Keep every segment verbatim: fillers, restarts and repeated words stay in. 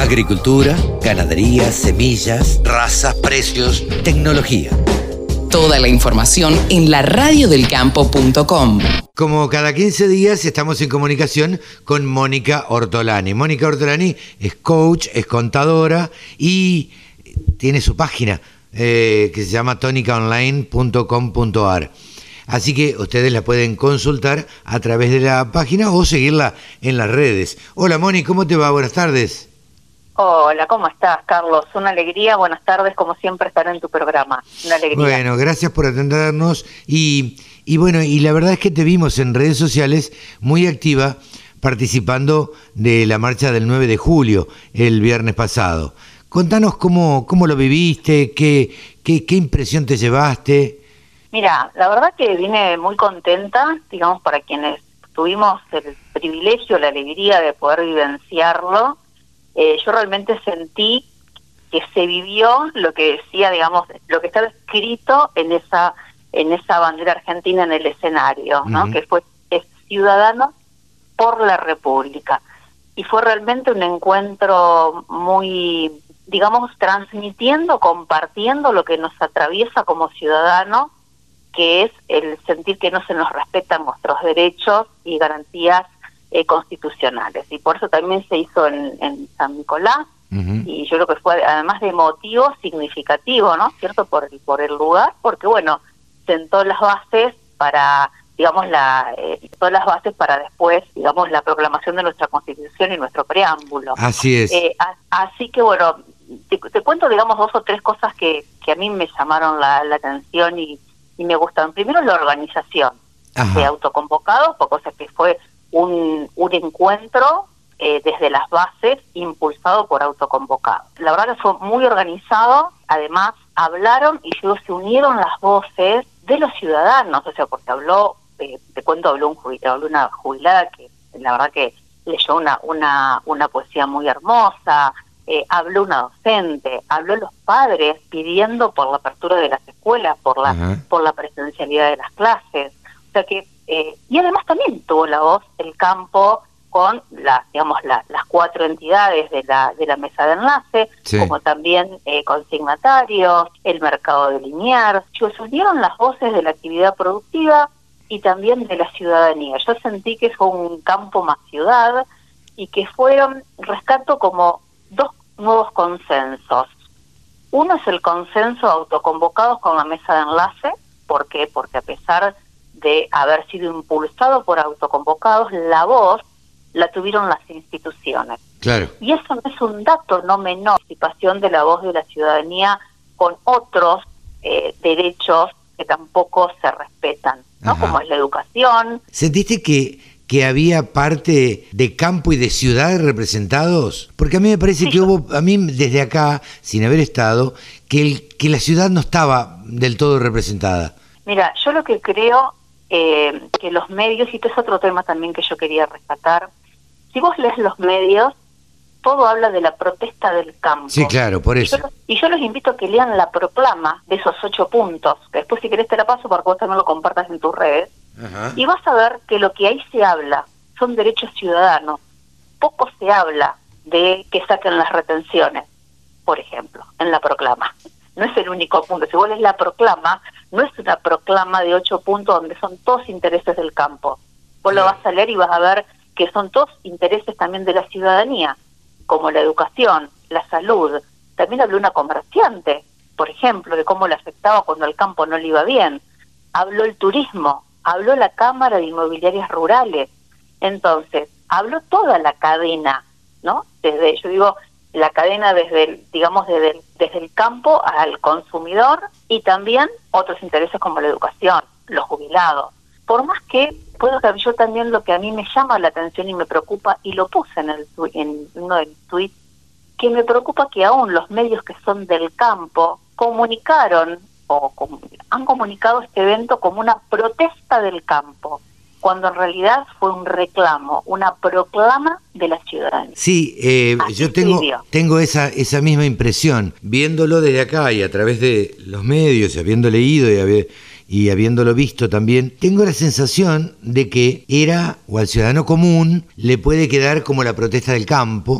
Agricultura, ganadería, semillas, razas, precios, tecnología. Toda la información en la radio del campo punto com. Como cada quince días estamos en comunicación con Mónica Ortolani. Mónica Ortolani es coach, es contadora y tiene su página eh, que se llama tonica online punto com punto a r. Así que ustedes la pueden consultar a través de la página o seguirla en las redes. Hola Moni, ¿cómo te va? Buenas tardes. Hola, ¿cómo estás, Carlos? Una alegría, buenas tardes, como siempre estar en tu programa. Una alegría. Bueno, gracias por atendernos y, y bueno, y la verdad es que te vimos en redes sociales muy activa participando de la marcha del nueve de julio, el viernes pasado. Contanos cómo, cómo lo viviste, qué, qué, qué impresión te llevaste. Mira, la verdad que vine muy contenta, digamos, para quienes tuvimos el privilegio, la alegría de poder vivenciarlo. Eh, yo realmente sentí que se vivió lo que decía, digamos, lo que estaba escrito en esa en esa bandera argentina en el escenario, ¿no? Uh-huh. Que fue es Ciudadanos por la República. Y fue realmente un encuentro muy, digamos, transmitiendo, compartiendo lo que nos atraviesa como ciudadanos, que es el sentir que no se nos respetan nuestros derechos y garantías Eh, constitucionales, y por eso también se hizo en, en San Nicolás. Uh-huh. Y yo creo que fue, además de emotivo, significativo, ¿no? ¿Cierto? Por el, por el lugar, porque bueno, sentó las bases para, digamos, la eh, todas las bases para después, digamos, la proclamación de nuestra Constitución y nuestro preámbulo. Así es. Eh, a, así que bueno, te, te cuento, digamos, dos o tres cosas que, que a mí me llamaron la, la atención y, y me gustan. Primero, la organización. Ajá. De autoconvocados, por cosas que fue Un, un encuentro eh, desde las bases impulsado por autoconvocados. La verdad que fue muy organizado, además hablaron y luego se unieron las voces de los ciudadanos, o sea, porque habló, eh, te cuento, habló, un jubilado, habló una jubilada que la verdad que leyó una, una, una poesía muy hermosa, eh, habló una docente, habló los padres pidiendo por la apertura de las escuelas, por la, uh-huh. por la presencialidad de las clases, o sea que Eh, y además también tuvo la voz el campo con las, digamos, la, las cuatro entidades de la de la mesa de enlace, sí. Como también eh, consignatarios, el mercado de Liniers. Se unieron las voces de la actividad productiva y también de la ciudadanía. Yo sentí que fue un campo más ciudad y que fueron, rescato como dos nuevos consensos. Uno es el consenso autoconvocados con la mesa de enlace. ¿Por qué? Porque a pesar de haber sido impulsado por autoconvocados, la voz la tuvieron las instituciones. Claro. Y eso no es un dato no menor, participación de la voz de la ciudadanía con otros eh, derechos que tampoco se respetan, ¿no? Ajá. Como es la educación. ¿Sentiste que, que había parte de campo y de ciudad representados? Porque a mí me parece sí, que yo... hubo, a mí desde acá, sin haber estado, que, el, que la ciudad no estaba del todo representada. Mira, yo lo que creo eh, que los medios, y este es otro tema también que yo quería rescatar, si vos lees los medios, todo habla de la protesta del campo. Sí, claro, por eso. Y yo, y yo los invito a que lean la proclama de esos ocho puntos, que después si querés te la paso para que vos también lo compartas en tus redes. Ajá. Y vas a ver que lo que ahí se habla son derechos ciudadanos. Poco se habla de que saquen las retenciones, por ejemplo, en la proclama. No es el único punto. Si vos lees la proclama, no es una proclama de ocho puntos donde son todos intereses del campo. Vos lo vas a leer y vas a ver que son todos intereses también de la ciudadanía, como la educación, la salud. También habló una comerciante, por ejemplo, de cómo le afectaba cuando al campo no le iba bien. Habló el turismo, habló la Cámara de Inmobiliarias Rurales. Entonces, habló toda la cadena, ¿no? Desde, yo digo, la cadena desde el, digamos, desde el, desde el campo al consumidor y también otros intereses como la educación, los jubilados. Por más que, puedo que yo también lo que a mí me llama la atención y me preocupa, y lo puse en, el, en uno de mis tweets, que me preocupa que aún los medios que son del campo comunicaron o com, han comunicado este evento como una protesta del campo, cuando en realidad fue un reclamo, una proclama de la ciudadanía. Sí, eh, yo tengo tengo esa esa misma impresión, viéndolo desde acá y a través de los medios, y habiendo leído y, habi- y habiéndolo visto también, tengo la sensación de que era, o al ciudadano común, le puede quedar como la protesta del campo,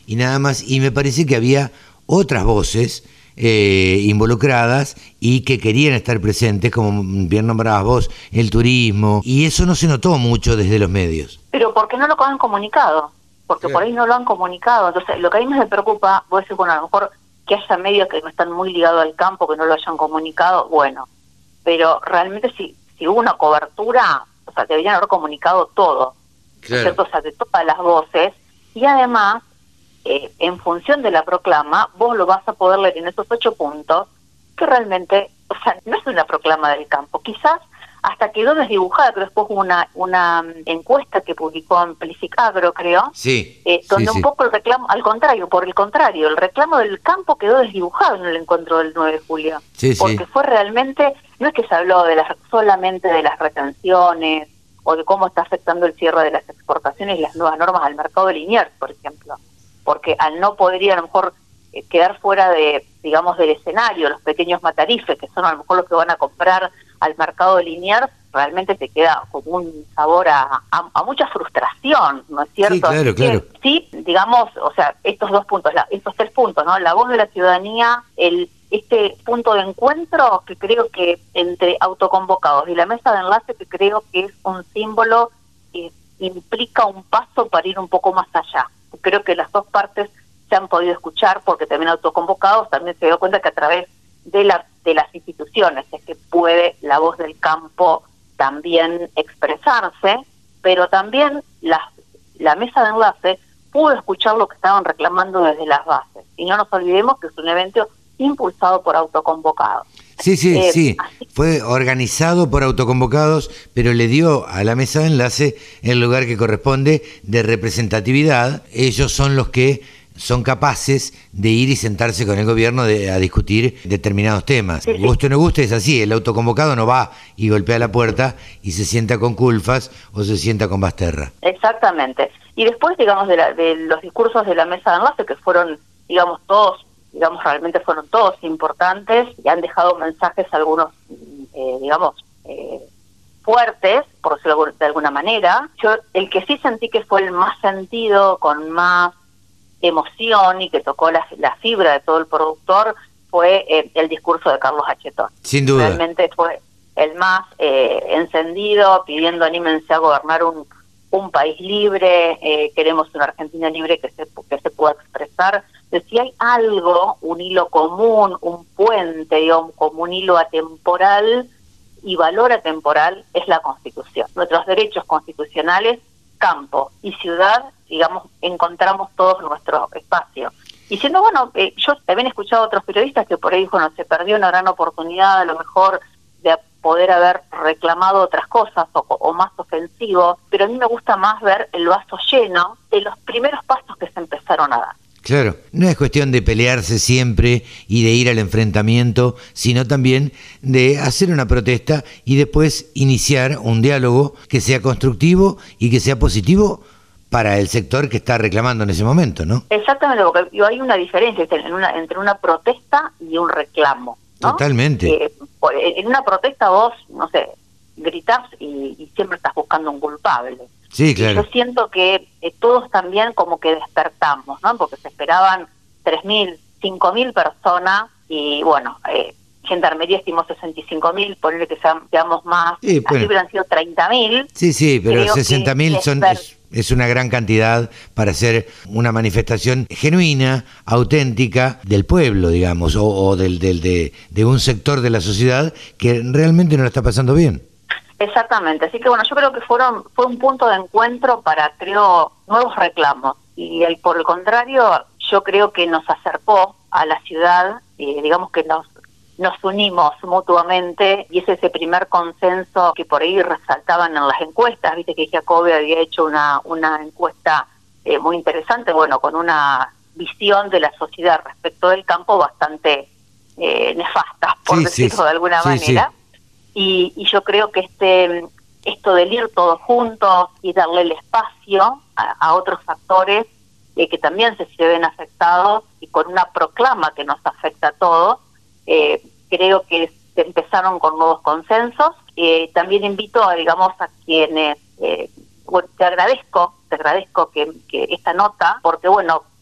y nada más, y me parece que había otras voces eh, involucradas y que querían estar presentes, como bien nombrabas vos, el turismo, y eso no se notó mucho desde los medios. Pero porque no lo han comunicado, porque sí. Por ahí no lo han comunicado. Entonces, lo que a mí me preocupa, voy a decir, bueno, a lo mejor que haya medios que no están muy ligados al campo, que no lo hayan comunicado, bueno, pero realmente si, si hubo una cobertura, o sea, deberían haber comunicado todo, claro. ¿Cierto? O sea, de todas las voces, y además, eh, en función de la proclama, vos lo vas a poder leer en esos ocho puntos, que realmente, o sea, no es una proclama del campo, quizás hasta quedó desdibujada, pero después hubo una, una encuesta que publicó en Pelicicagro, creo, sí, eh, donde sí, un sí. poco el reclamo, al contrario, por el contrario, el reclamo del campo quedó desdibujado en el encuentro del nueve de julio, sí, porque sí. fue realmente, no es que se habló de las, solamente de las retenciones, o de cómo está afectando el cierre de las exportaciones y las nuevas normas al mercado de Liniers, por ejemplo, porque al no poder ir a lo mejor eh, quedar fuera de, digamos, del escenario, los pequeños matarifes, que son a lo mejor los que van a comprar al mercado de Liniers, realmente te queda como un sabor a, a, a mucha frustración, ¿no es cierto? Sí, claro, claro. Que, sí, digamos, o sea, estos dos puntos, la, estos tres puntos, ¿no? La voz de la ciudadanía, el este punto de encuentro que creo que entre autoconvocados y la mesa de enlace, que creo que es un símbolo que implica un paso para ir un poco más allá. Creo que las dos partes se han podido escuchar, porque también autoconvocados también se dio cuenta que a través de la de las instituciones es que puede la voz del campo también expresarse, pero también la, la mesa de enlace pudo escuchar lo que estaban reclamando desde las bases. Y no nos olvidemos que es un evento impulsado por autoconvocados. Sí, sí, eh, sí. Así. Fue organizado por autoconvocados, pero le dio a la mesa de enlace el lugar que corresponde de representatividad. Ellos son los que son capaces de ir y sentarse con el gobierno de, a discutir determinados temas. Sí, sí. Guste o no guste, es así. El autoconvocado no va y golpea la puerta y se sienta con Culfas o se sienta con Basterra. Exactamente. Y después, digamos, de, la, de los discursos de la mesa de enlace, que fueron, digamos, todos, digamos, realmente fueron todos importantes y han dejado mensajes, algunos, eh, digamos, eh, fuertes, por decirlo de alguna manera. Yo, el que sí sentí que fue el más sentido, con más emoción y que tocó la, la fibra de todo el productor, fue eh, el discurso de Carlos Achetón. Sin duda. Realmente fue el más eh, encendido, pidiendo anímense a gobernar un, un país libre, eh, queremos una Argentina libre que se, que se pueda expresar. Entonces, si hay algo, un hilo común, un puente, digamos, como un hilo atemporal y valor atemporal, es la Constitución. Nuestros derechos constitucionales, campo y ciudad, digamos, encontramos todos nuestro espacio. Y siendo, bueno, eh, yo también he escuchado a otros periodistas que por ahí, bueno, se perdió una gran oportunidad a lo mejor de poder haber reclamado otras cosas o, o más ofensivo, pero a mí me gusta más ver el vaso lleno de los primeros pasos que se empezaron a dar. Claro, no es cuestión de pelearse siempre y de ir al enfrentamiento, sino también de hacer una protesta y después iniciar un diálogo que sea constructivo y que sea positivo para el sector que está reclamando en ese momento, ¿no? Exactamente, porque hay una diferencia entre una, entre una protesta y un reclamo, ¿no? Totalmente. Eh, en una protesta vos, no sé, gritás y, y siempre estás buscando un culpable. Sí, claro. Y yo siento que eh, todos también como que despertamos, ¿no? Porque se esperaban tres mil, cinco mil personas y, bueno, eh, Gendarmería estimó sesenta y cinco mil, ponerle que sean, seamos más, sí, así bueno. hubieran sido treinta mil. Sí, sí, pero sesenta mil son... Desper- Es... Es una gran cantidad para hacer una manifestación genuina, auténtica del pueblo, digamos, o, o del, del de, de un sector de la sociedad que realmente no la está pasando bien. Exactamente, así que bueno, yo creo que fueron fue un punto de encuentro para, creo, nuevos reclamos. Y el, por el contrario, yo creo que nos acercó a la ciudad, eh, digamos que nos nos unimos mutuamente, y es ese primer consenso que por ahí resaltaban en las encuestas. Viste que Jacobi había hecho una una encuesta eh, muy interesante, bueno, con una visión de la sociedad respecto del campo bastante eh, nefasta, por sí, decirlo sí, de alguna sí, manera. Sí. Y, y yo creo que este esto del ir todos juntos y darle el espacio a, a otros actores eh, que también se ven afectados, y con una proclama que nos afecta a todos, eh, creo que se empezaron con nuevos consensos. Eh, también invito a, digamos, a quienes, eh, bueno, te agradezco, te agradezco que, que esta nota, porque bueno,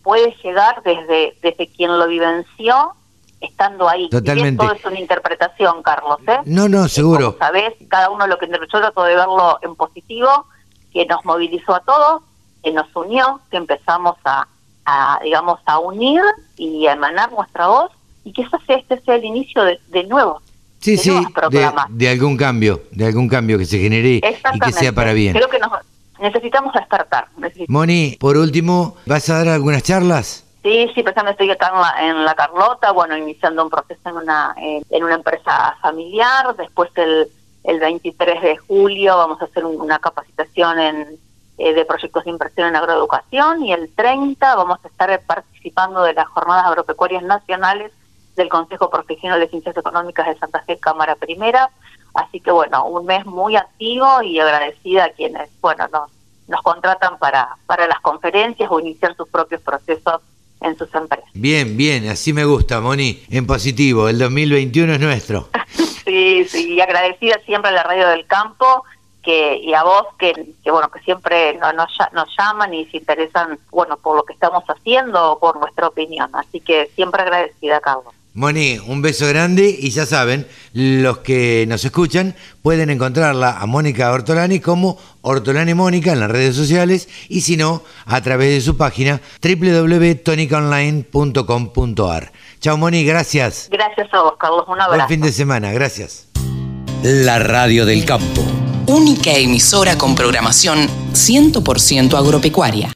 puede llegar desde, desde quien lo vivenció, estando ahí. Totalmente. Y todo es una interpretación, Carlos, ¿eh? No, no, seguro. Como sabés, cada uno lo que yo trato de verlo en positivo, que nos movilizó a todos, que nos unió, que empezamos a, a digamos, a unir y a emanar nuestra voz, y que eso sea, este sea el inicio de, de nuevo. Sí, de sí, de, de algún cambio, de algún cambio que se genere y que sea para bien. Creo que nos necesitamos despertar. Necesitamos. Moni, por último, ¿vas a dar algunas charlas? Sí, sí, pensando estoy acá en la, en la Carlota, bueno, iniciando un proceso en una en, en una empresa familiar. Después el, el veintitrés de julio vamos a hacer un, una capacitación en eh, de proyectos de inversión en agroeducación, y el treinta vamos a estar participando de las jornadas agropecuarias nacionales del Consejo Profesional de Ciencias Económicas de Santa Fe, Cámara Primera. Así que bueno, un mes muy activo y agradecida a quienes, bueno, nos, nos contratan para, para las conferencias o iniciar sus propios procesos en sus empresas. Bien, bien, así me gusta, Moni, en positivo, el dos mil veintiuno es nuestro. Sí, sí, y agradecida siempre a la Radio del Campo, que y a vos, que, que bueno, que siempre nos, nos, nos llaman y se interesan, bueno, por lo que estamos haciendo o por nuestra opinión. Así que siempre agradecida, Carlos. Moni, un beso grande, y ya saben, los que nos escuchan pueden encontrarla a Mónica Ortolani como Ortolani Mónica en las redes sociales, y si no, a través de su página doble u doble u doble u punto tonica online punto com punto a r. Chao, Moni, gracias. Gracias a vos, Carlos, un abrazo. Buen fin de semana, gracias. La Radio del Campo. Única emisora con programación cien por ciento agropecuaria.